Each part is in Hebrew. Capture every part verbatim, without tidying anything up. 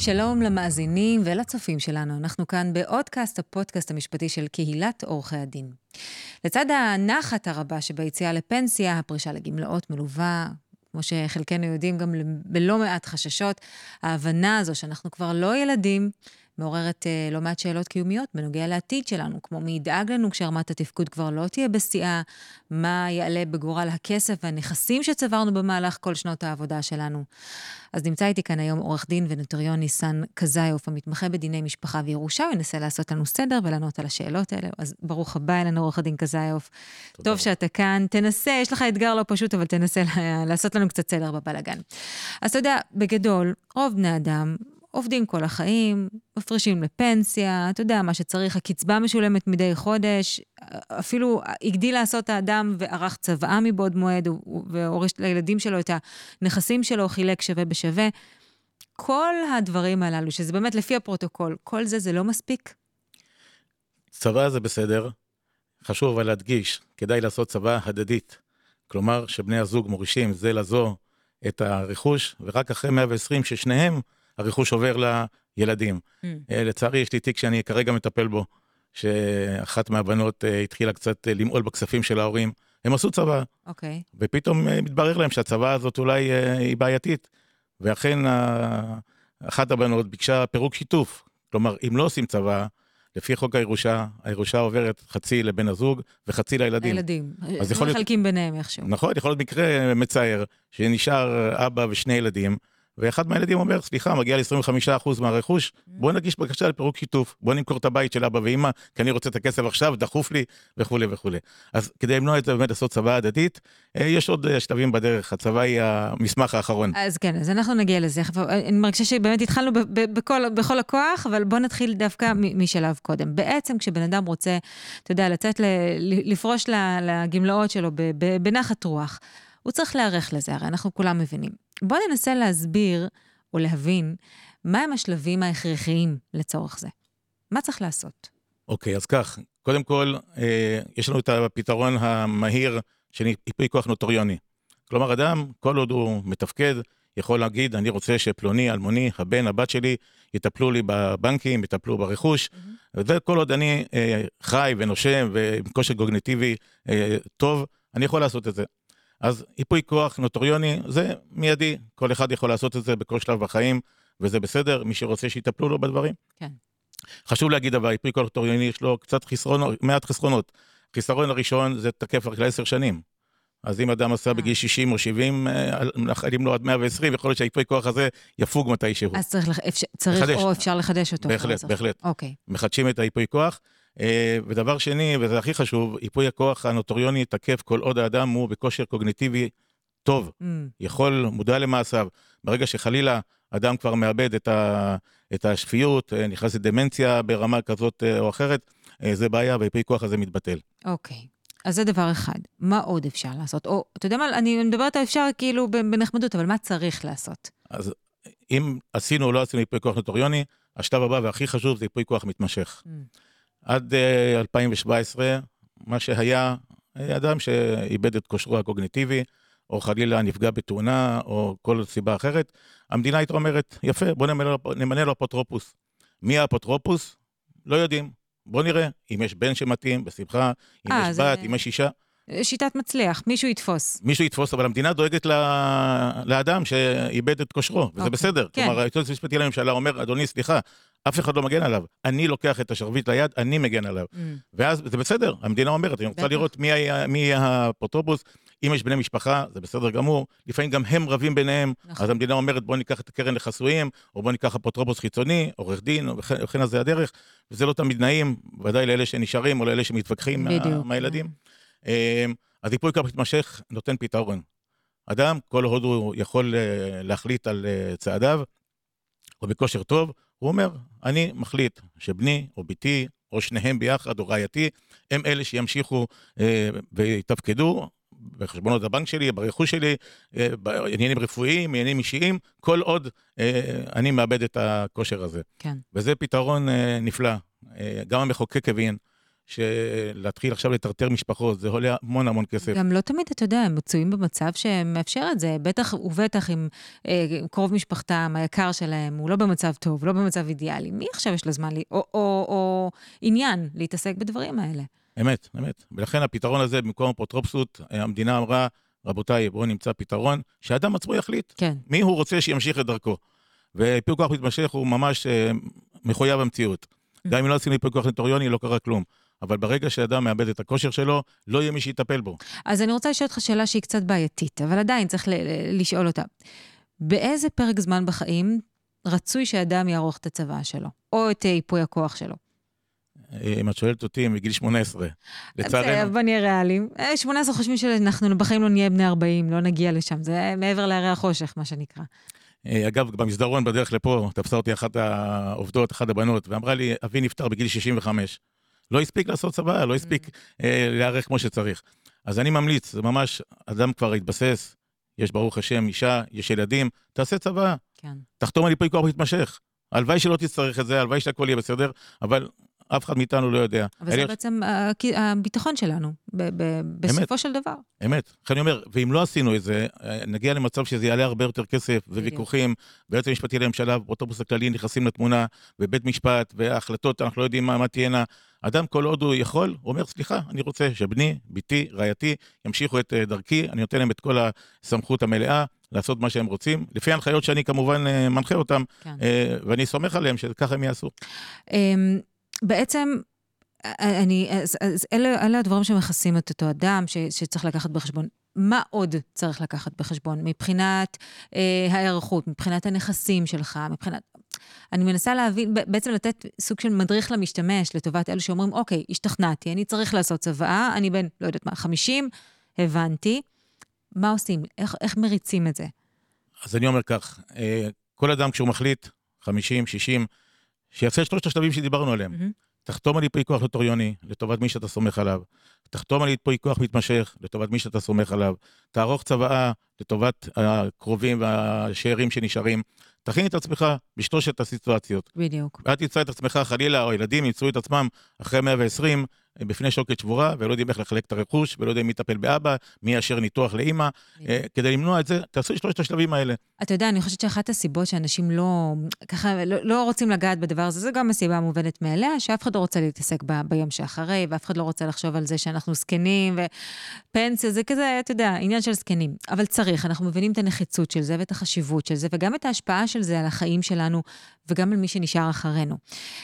שלום למאזינים ולצופים שלנו. אנחנו כאן באודקאסט, הפודקאסט המשפטי של קהילת עורכי הדין. לצד הנחת הרבה שביציאה לפנסיה, הפרישה לגמלאות מלווה, כמו שחלקנו יודעים גם בלא מעט חששות, ההבנה הזו שאנחנו כבר לא ילדים, מעוררת אה, לא מעט שאלות קיומיות בנוגע לעתיד שלנו, כמו מי ידאג לנו כשרמת התפקוד כבר לא תהיה בשיאה, מה יעלה בגורל הכסף והנכסים שצברנו במהלך כל שנות העבודה שלנו. אז נמצא איתי כאן היום עורך דין ונוטריון ניסן קזאיוף, המתמחה בדיני משפחה וירושה, וינסה לעשות לנו סדר ולענות על השאלות האלה. אז ברוך הבא אלינו עורך דין קזאיוף. טוב שאתה כאן, תנסה, יש לך אתגר לא פשוט, אבל תנסה לעשות לנו קצת סדר בבלגן. אז אתה יודע, בגדול, רוב בני אדם עובדים כל החיים, מפרישים לפנסיה, אתה יודע מה שצריך, הקצבה משולמת מדי חודש, אפילו הגדיל לעשות האדם וערך צוואה מבעוד מועד, והוריש לילדים שלו את הנכסים שלו, חילק שווה בשווה. כל הדברים הללו, שזה באמת לפי הפרוטוקול, כל זה זה לא מספיק? צוואה זה בסדר, חשוב אבל להדגיש, כדאי לעשות צוואה הדדית, כלומר שבני הזוג מורישים זה לזו את הרכוש, ורק אחרי מאה ועשרים ששניהם, הרכוש עובר לילדים. Mm. לצערי, יש לי תיק שאני כרגע מטפל בו, שאחת מהבנות התחילה קצת למעול בכספים של ההורים. הם עשו צבא. אוקיי. Okay. ופתאום מתברר להם שהצבא הזאת אולי היא בעייתית. ואכן, אחת הבנות ביקשה פירוק שיתוף. כלומר, אם לא עושים צבא, לפי חוק הירושה, הירושה עוברת חצי לבן הזוג וחצי לילדים. הילדים. אז יכול להיות... מחלקים ביניהם איכשהו. נכון, יכול להיות מקרה מצער, שנשאר אבא ושני ילדים, ואחד מהילדים אומר, סליחה, מגיע ל-עשרים וחמישה אחוז מהרכוש, בוא נגיש בקשה לפירוק שיתוף, בוא נמכור את הבית של אבא ואמא, כי אני רוצה את הכסף עכשיו, דחוף לי, וכו' וכו'. אז כדי למנוע את זה באמת לעשות צבא הדדית, יש עוד שלבים בדרך, הצבא היא המסמך האחרון. אז כן, אז אנחנו נגיע לזה. אני מרגישה שבאמת התחלנו בכל, בכל הכוח, אבל בוא נתחיל דווקא משלב קודם. בעצם כשבן אדם רוצה, אתה יודע, לצאת, לפרוש לגמלאות שלו בנחת רוח, הוא צריך להיערך לזה, הרי אנחנו כולם מבינים. בוא ננסה להסביר או להבין מהם השלבים ההכרחיים לצורך זה. מה צריך לעשות? אוקיי, אז כך, קודם כל, אה, יש לנו את הפתרון המהיר של ייפוי כוח נוטריוני. כלומר, אדם, כל עוד הוא מתפקד, יכול להגיד, אני רוצה שפלוני, אלמוני, הבן, הבת שלי, יטפלו לי בבנקים, יטפלו ברכוש, mm-hmm. וכל עוד אני אה, חי ונושם ועם כושר קוגניטיבי אה, טוב, אני יכול לעשות את זה. אז ייפוי כוח נוטריוני זה מיידי, כל אחד יכול לעשות את זה בכל שלב בחיים, וזה בסדר, מי שרוצה שיטפלו לו בדברים. כן. חשוב להגיד אבל, ייפוי כוח נוטריוני יש לו קצת חסרונות, מעט חסרונות. חיסרון הראשון זה תקף רק לעשר שנים. אז אם אדם עשה בגיל שישים או שבעים, נחלים לו עד מאה ועשרים, יכול להיות שהייפוי כוח הזה יפוג מתישהו. אז צריך, צריך או אפשר לחדש אותו. בהחלט, בהחלט. אוקיי. מחדשים את הייפוי כוח. ודבר שני, וזה הכי חשוב, ייפוי הכוח הנוטריוני תקף כל עוד האדם הוא בכושר קוגניטיבי טוב, mm. יכול, מודע למעשיו. ברגע שחלילה אדם כבר מאבד את, ה, את השפיות, נכנס לדמנציה ברמה כזאת או אחרת, זה בעיה, והייפוי כוח הזה מתבטל. אוקיי. Okay. אז זה דבר אחד. מה עוד אפשר לעשות? או, אתה יודע מה, אני מדברת אפשר כאילו בנחמדות, אבל מה צריך לעשות? אז אם עשינו או לא עשינו ייפוי כוח נוטריוני, השלב הבא והכי חשוב זה ייפוי כוח מתמשך. Mm. עד אלפיים שבע עשרה, מה שהיה, אדם שאיבד את כושרו הקוגניטיבי, או חלילה נפגע בתאונה, או כל סיבה אחרת, המדינה הייתה אומרת, יפה, בוא נמנה, נמנה לו אפוטרופוס. מי האפוטרופוס? לא יודעים. בוא נראה, אם יש בן שמתאים, בשמחה, אם 아, יש בת, זה... אם יש אישה. שיטת מצליח, מישהו יתפוס. מישהו יתפוס, אבל המדינה דואגת לאדם שאיבד את כושרו, וזה בסדר. כלומר, היועץ המשפטי לממשלה אומר, אדוני, סליחה, אף אחד לא מגן עליו. אני לוקח את השרביט ליד, אני מגן עליו. ואז זה בסדר, המדינה אומרת, אני רוצה לראות מי יהיה האפוטרופוס, אם יש בני משפחה, זה בסדר גמור, לפעמים גם הם רבים ביניהם, אז המדינה אומרת, בוא ניקח את הקרן לחסויים, או בוא ניקח אפוטרופוס חיצוני, עורך דין, וכן הזה הדרך, וזה לא תמיד נעים, ודאי לאלה שנשארים, או לאלה שמתווכחים מהילדים. אז ייפוי כוח מתמשך נותן פתרון. אדם, כל עוד הוא יכול להחליט על צעדיו, או בכושר טוב, הוא אומר, אני מחליט שבני או ביתי, או שניהם ביחד, או רעייתי, הם אלה שימשיכו ויתפקדו בחשבונות הבנק שלי, ברכוש שלי, בעניינים רפואיים, בעניינים אישיים, כל עוד אני מאבד את הכושר הזה. כן. וזה פתרון נפלא. גם המחוקק הבין שלהתחיל עכשיו לטרטר משפחות, זה עולה המון המון כסף. גם לא תמיד, אתה יודע, הם מצויים במצב שמאפשר את זה, בטח ובטח עם אה, קרוב משפחתם, היקר שלהם, הוא לא במצב טוב, לא במצב אידיאלי. מי עכשיו יש לו זמן, לי, או, או, או עניין להתעסק בדברים האלה? אמת, אמת. ולכן הפתרון הזה, במקום אפוטרופסות, המדינה אמרה, רבותיי, בואו נמצא פתרון, שאדם עצמו יחליט. כן. מי הוא רוצה שימשיך את דרכו. וייפוי כוח מתמשך הוא ממש אה, מחויב המציאות. גם אם לא עשינו ייפוי כוח נוטריוני, לא קרה כלום. אבל ברגע שאדם מאבד את הכושר שלו, לא יהיה מי שיטפל בו. אז אני רוצה לשאול אותך שאלה שהיא קצת בעייתית, אבל עדיין צריך לשאול אותה. באיזה פרק זמן בחיים רצוי שאדם יערוך את הצבא שלו, או את ייפוי הכוח שלו? אם את שואלת אותי, מגיל שמונה עשרה. לצערנו. בוא נהיה ריאליים. שמונה עשרה חושבים שאנחנו בחיים לא נהיה בני ארבעים, לא נגיע לשם. זה מעבר להרי החושך, מה שנקרא. אגב, במסדרון בדרך לפה, תפסה אותי אחת העובדות, אחת הבנות, ואמרה לי, אבי נפטר בגיל שישים וחמש. לא הספיק לעשות צבא, לא הספיק אה, להיערך כמו שצריך. אז אני ממליץ, זה ממש, אדם כבר התבסס, יש ברוך השם אישה, יש ילדים, תעשה צבא. כן. תחתום על ייפוי כוח מתמשך. הלוואי שלא תצטרך את זה, הלוואי שהכל יהיה בסדר, אבל אף אחד מאיתנו לא יודע. אבל זה בעצם הביטחון שלנו, בסופו של דבר. אמת. אני אומר, ואם לא עשינו את זה, נגיע למצב שזה יעלה הרבה יותר כסף, וויכוחים, והיועץ המשפטי לממשלה, והאפוטרופוס הכללי נכנסים לתמונה, ובית משפט, וההחלטות, אנחנו לא יודעים מה תהיינה. אדם כל עוד הוא יכול, הוא אומר, סליחה, אני רוצה שבני, ביתי, רעייתי, ימשיכו את דרכי, אני נותן להם את כל הסמכות המלאה, לעשות מה שהם רוצים, לפי ההנחיות שאני כמובן מנחה אותם, ואני סומך עליהם שככה הם יעשו. בעצם, אני, אז, אז אלה, אלה הדברים שמכסים את אותו אדם ש, שצריך לקחת בחשבון. מה עוד צריך לקחת בחשבון? מבחינת אה, ההיערכות, מבחינת הנכסים שלך, מבחינת... אני מנסה להבין, בעצם לתת סוג של מדריך למשתמש, לטובת אלה שאומרים, אוקיי, השתכנעתי, אני צריך לעשות צבא, אני בין, לא יודעת מה, חמישים, הבנתי. מה עושים? איך, איך מריצים את זה? אז אני אומר כך, אה, כל אדם כשהוא מחליט, חמישים, שישים, שיעשה שלושת השלבים שדיברנו עליהם. Mm-hmm. תחתום על ייפוי כוח נוטריוני, לטובת מי שאתה סומך עליו. תחתום על ייפוי כוח מתמשך, לטובת מי שאתה סומך עליו. תערוך צבאה, לטובת הקרובים והשארים שנשארים. תכין את עצמך בשלושת הסיטואציות. בדיוק. ואת תמצא את עצמך חלילה, או ילדים ימצאו את עצמם אחרי מאה ועשרים, בפני שוקת שבורה, ולא יודעים איך לחלק את הרכוש, ולא יודעים מי יטפל באבא, מי יאשר ניתוח לאמא. כדי למנוע את זה, תעשו שלושת השלבים האלה. אתה יודע, אני חושבת שאחת הסיבות שאנשים לא, ככה, לא, לא רוצים לגעת בדבר הזה, זה גם הסיבה המובנת מאליה, שאף אחד לא רוצה להתעסק ב, ביום שאחרי, ואף אחד לא רוצה לחשוב על זה שאנחנו זקנים, ופנסיה, זה כזה, אתה יודע, עניין של זקנים. אבל צריך, אנחנו מבינים את הנחיצות של זה, ואת החשיבות של זה, וגם את ההשפעה של זה על החיים שלנו, וגם על מי שנשאר אחרינו.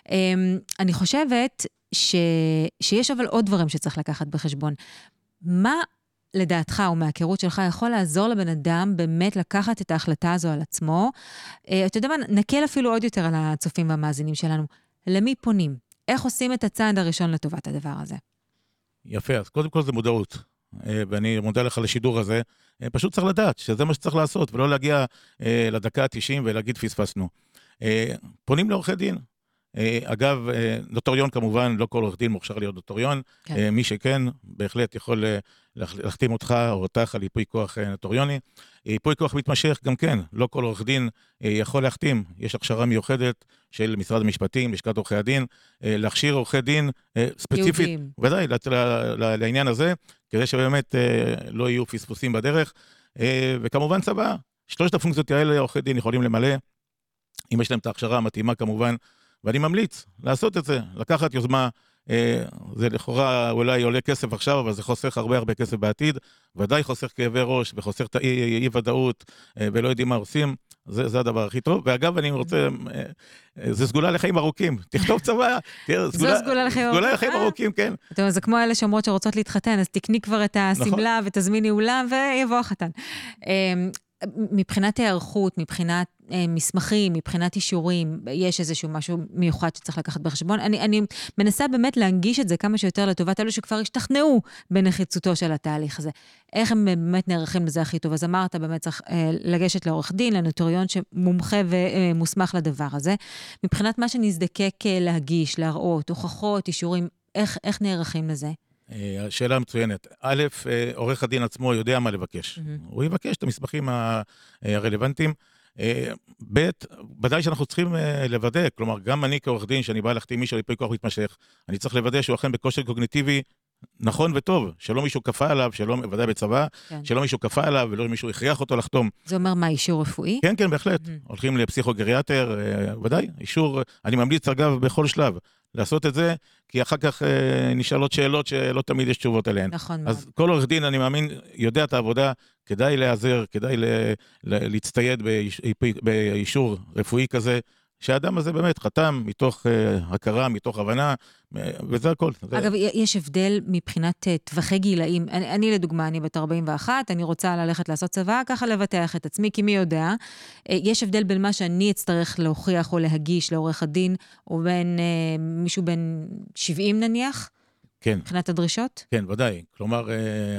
אני חושבת ש... שיש אבל עוד דברים שצריך לקחת בחשבון. מה לדעתך או מהכירות שלך יכול לעזור לבן אדם באמת לקחת את ההחלטה הזו על עצמו? אתה יודע מה, נקל אפילו עוד יותר על הצופים והמאזינים שלנו. למי פונים? איך עושים את הצעד הראשון לטובת הדבר הזה? יפה, אז קודם כל זה מודעות. ואני מודה לך לשידור הזה. פשוט צריך לדעת שזה מה שצריך לעשות, ולא להגיע לדקה ה-תשעים ולהגיד פספסנו. פונים לעורכי דין. אגב, נוטריון כמובן, לא כל עורך דין מוכשר להיות נוטריון, כן. מי שכן, בהחלט יכול להחתים אותך או אותך על ייפוי כוח נוטריוני. ייפוי כוח מתמשך גם כן, לא כל עורך דין יכול להחתים, יש הכשרה מיוחדת של משרד המשפטים, לשכת עורכי הדין, להכשיר עורכי דין ספציפית, ודאי, לעניין הזה, כדי שבאמת לא יהיו פספוסים בדרך, וכמובן צבא, שלושת הפונקציות האלה עורכי דין יכולים למלא, אם יש להם את ההכשרה המתאימה כמובן, ואני ממליץ לעשות את זה, לקחת יוזמה, אה, זה לכאורה אולי עולה כסף עכשיו, אבל זה חוסך הרבה הרבה כסף בעתיד, ודאי חוסך כאבי ראש, וחוסך את האי-ודאות, אה, ולא יודעים מה עושים, זה, זה הדבר הכי טוב. ואגב, אני רוצה, אה, אה, זה סגולה לחיים ארוכים, תכתוב צבא, תראה, סגולה, זו סגולה לחיים ארוכים. סגולה לחיים ארוכים, כן. טוב, זה כמו אלה שאומרות שרוצות להתחתן, אז תקני כבר את הסמלה נכון. ותזמיני אולם, ויבוא החתן. אה, מבחינת הערכות, מבחינת אה, מסמכים, מבחינת אישורים, יש איזשהו משהו מיוחד שצריך לקחת בחשבון. אני, אני מנסה באמת להנגיש את זה כמה שיותר לטובת אלו שכבר השתכנעו בנחיצותו של התהליך הזה. איך הם באמת נערכים לזה הכי טוב? אז אמרת באמת צריך אה, לגשת לעורך דין, לנוטריון שמומחה ומוסמך לדבר הזה. מבחינת מה שנזדקק להגיש, להראות, הוכחות, אישורים, איך, איך נערכים לזה? השאלה מצוינת. א', עורך הדין עצמו יודע מה לבקש. הוא יבקש את המסמכים הרלוונטיים. ב', ודאי שאנחנו צריכים לוודא, כלומר, גם אני כעורך דין, שאני בא להחתים מישהו לייפוי כוח מתמשך, אני צריך לוודא שהוא אכן בכושר קוגניטיבי נכון וטוב, שלא מישהו כפה עליו, שלא, ודאי בצבא, כן. שלא מישהו כפה עליו, ולא מישהו הכריח אותו לחתום. זה אומר מה, אישור רפואי? כן, כן, בהחלט. Mm-hmm. הולכים לפסיכוגריאטר, ודאי, אישור, אני ממליץ אגב בכל שלב, לעשות את זה, כי אחר כך אה, נשאלות שאלות שלא תמיד יש תשובות עליהן. נכון אז מאוד. כל עורך דין, אני מאמין, יודע את העבודה, כדאי להיעזר, כדאי ל, ל, להצטייד באיש, באישור רפואי כזה, שהאדם הזה באמת חתם מתוך uh, הכרה, מתוך הבנה, וזה הכל. אגב, זה... יש הבדל מבחינת uh, טווחי גילאים. אני, אני לדוגמה, אני בת ארבעים ואחת, אני רוצה ללכת לעשות צבא, ככה לבטח את עצמי, כי מי יודע. Uh, יש הבדל בין מה שאני אצטרך להוכיח או להגיש לעורך הדין, או בין uh, מישהו בין שבעים נניח? כן. מבחינת הדרישות? כן, ודאי. כלומר... Uh...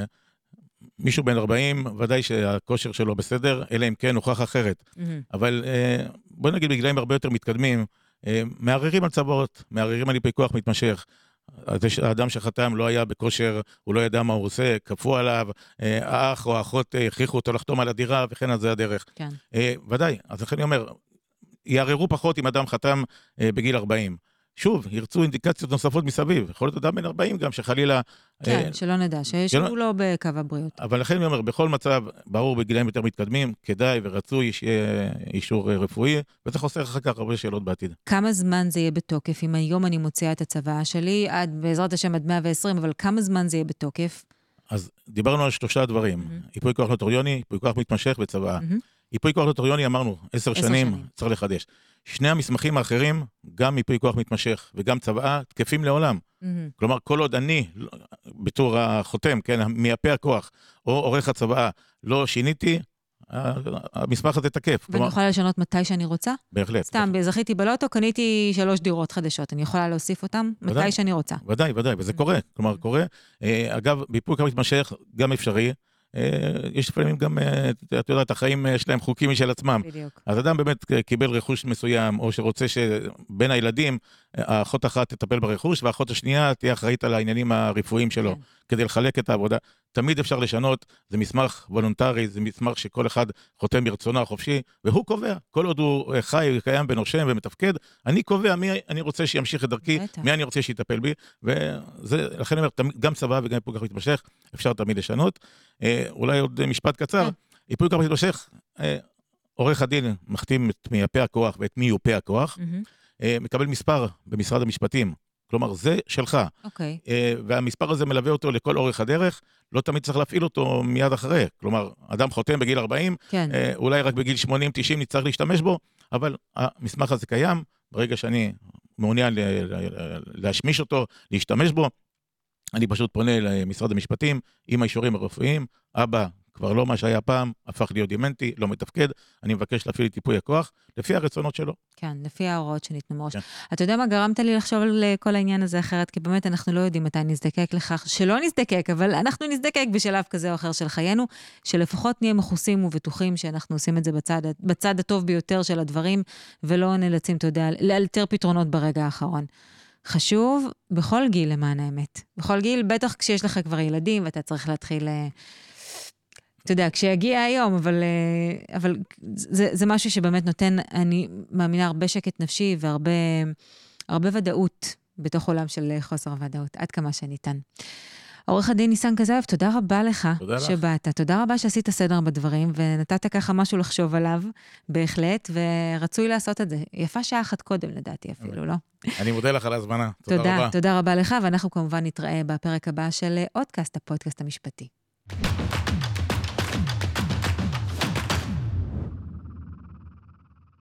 מישהו בן ארבעים, ודאי שהכושר שלו בסדר, אלא אם כן הוכח אחרת. Mm-hmm. אבל בוא נגיד, בגללים הרבה יותר מתקדמים, מערערים על צבאות, מערערים על ייפוי כוח מתמשך. האדם שחתם לא היה בכושר, הוא לא ידע מה הוא עושה, כפו עליו, האח או האחות הכריחו אותו לחתום על הדירה, וכן על זה הדרך. כן. ודאי, אז לכן אני אומר, יערערו פחות אם אדם חתם בגיל ארבעים. שוב, ירצו אינדיקציות נוספות מסביב. יכול להיות אדם בן ארבעים גם, שחלילה... כן, אה, שלא נדע, שהוא לא בקו הבריאות. אבל לכן אני אומר, בכל מצב, ברור בגילאים יותר מתקדמים, כדאי ורצוי שיהיה אישור רפואי, וזה חוסר אחר כך הרבה שאלות בעתיד. כמה זמן זה יהיה בתוקף? אם היום אני מוציאה את הצבא שלי, עד, בעזרת השם עד מאה ועשרים, אבל כמה זמן זה יהיה בתוקף? אז דיברנו על שלושה דברים. ייפוי כוח נוטריוני, ייפוי כוח מתמשך וצבא. ייפוי כוח נוטריוני, אמרנו, עשר שנים, צריך לחדש. שני המסמכים האחרים, גם ייפוי כוח מתמשך וגם צבא, תקפים לעולם. Mm-hmm. כלומר, כל עוד אני, בתור החותם, כן, מייפה הכוח, או עורך הצבא, לא שיניתי, המסמך הזה תקף. ואני כלומר... יכולה לשנות מתי שאני רוצה? בהחלט. סתם, בזכיתי בלוטו, קניתי שלוש דירות חדשות, אני יכולה להוסיף אותם ודאי, מתי שאני רוצה. ודאי, ודאי, וזה mm-hmm. קורה. כלומר, mm-hmm. קורה. אגב, ייפוי כוח מתמשך גם אפשרי, יש לפעמים גם, את יודעת, החיים שלהם חוקים משל עצמם. בדיוק. אז אדם באמת קיבל רכוש מסוים, או שרוצה שבין הילדים, האחות אחת תטפל ברכוש, והאחות השנייה תהיה אחראית על העניינים הרפואיים שלו, כן. כדי לחלק את העבודה. תמיד אפשר לשנות, זה מסמך וולונטרי, זה מסמך שכל אחד חותם ברצונו החופשי, והוא קובע, כל עוד הוא חי, קיים ונושם ומתפקד, אני קובע מי אני רוצה שימשיך את דרכי, בטח. מי אני רוצה שיטפל בי, וזה, לכן אני אומר, גם צבא וגם ייפוי כוח מתמשך, אפשר תמיד לשנות. אולי עוד משפט קצר, ייפוי כוח מתמשך, עורך הדין מחתים את מייפה הכוח ואת מיופה הכוח, מקבל מספר במשרד המשפטים, כלומר, זה שלך. אוקיי. והמספר הזה מלווה אותו לכל אורך הדרך, לא תמיד צריך להפעיל אותו מיד אחרי. כלומר, אדם חותם בגיל ארבעים, כן. אולי רק בגיל שמונים תשעים נצטרך להשתמש בו, אבל המסמך הזה קיים, ברגע שאני מעוניין להשמיש אותו, להשתמש בו, אני פשוט פונה למשרד המשפטים, עם האישורים הרפואיים, אבא, כבר לא מה שהיה פעם, הפך להיות דימנטי, לא מתפקד, אני מבקש להפעיל את ייפוי הכוח, לפי הרצונות שלו. כן, לפי ההוראות שניתנו מראש. כן. אתה יודע מה, גרמת לי לחשוב על כל העניין הזה אחרת, כי באמת אנחנו לא יודעים מתי נזדקק לכך, שלא נזדקק, אבל אנחנו נזדקק בשלב כזה או אחר של חיינו, שלפחות נהיה מחוסים ובטוחים שאנחנו עושים את זה בצד, בצד הטוב ביותר של הדברים, ולא נאלצים, אתה יודע, לאלתר פתרונות ברגע האחרון. חשוב בכל גיל למען האמת. בכל גיל, בטח כשיש לך כבר ילדים, ואתה צריך להתחיל... אתה יודע, כשיגיע היום, אבל, אבל זה, זה משהו שבאמת נותן, אני מאמינה, הרבה שקט נפשי והרבה הרבה ודאות בתוך עולם של חוסר ודאות, עד כמה שניתן. עורך הדין ניסן כזב, תודה רבה לך תודה שבאת. לך. תודה רבה שעשית סדר בדברים, ונתת ככה משהו לחשוב עליו, בהחלט, ורצוי לעשות את זה. יפה שעה אחת קודם, לדעתי אפילו, לא? אני מודה לך על ההזמנה. תודה, תודה רבה. תודה רבה לך, ואנחנו כמובן נתראה בפרק הבא של אודקאסט, הפודקאסט המשפטי.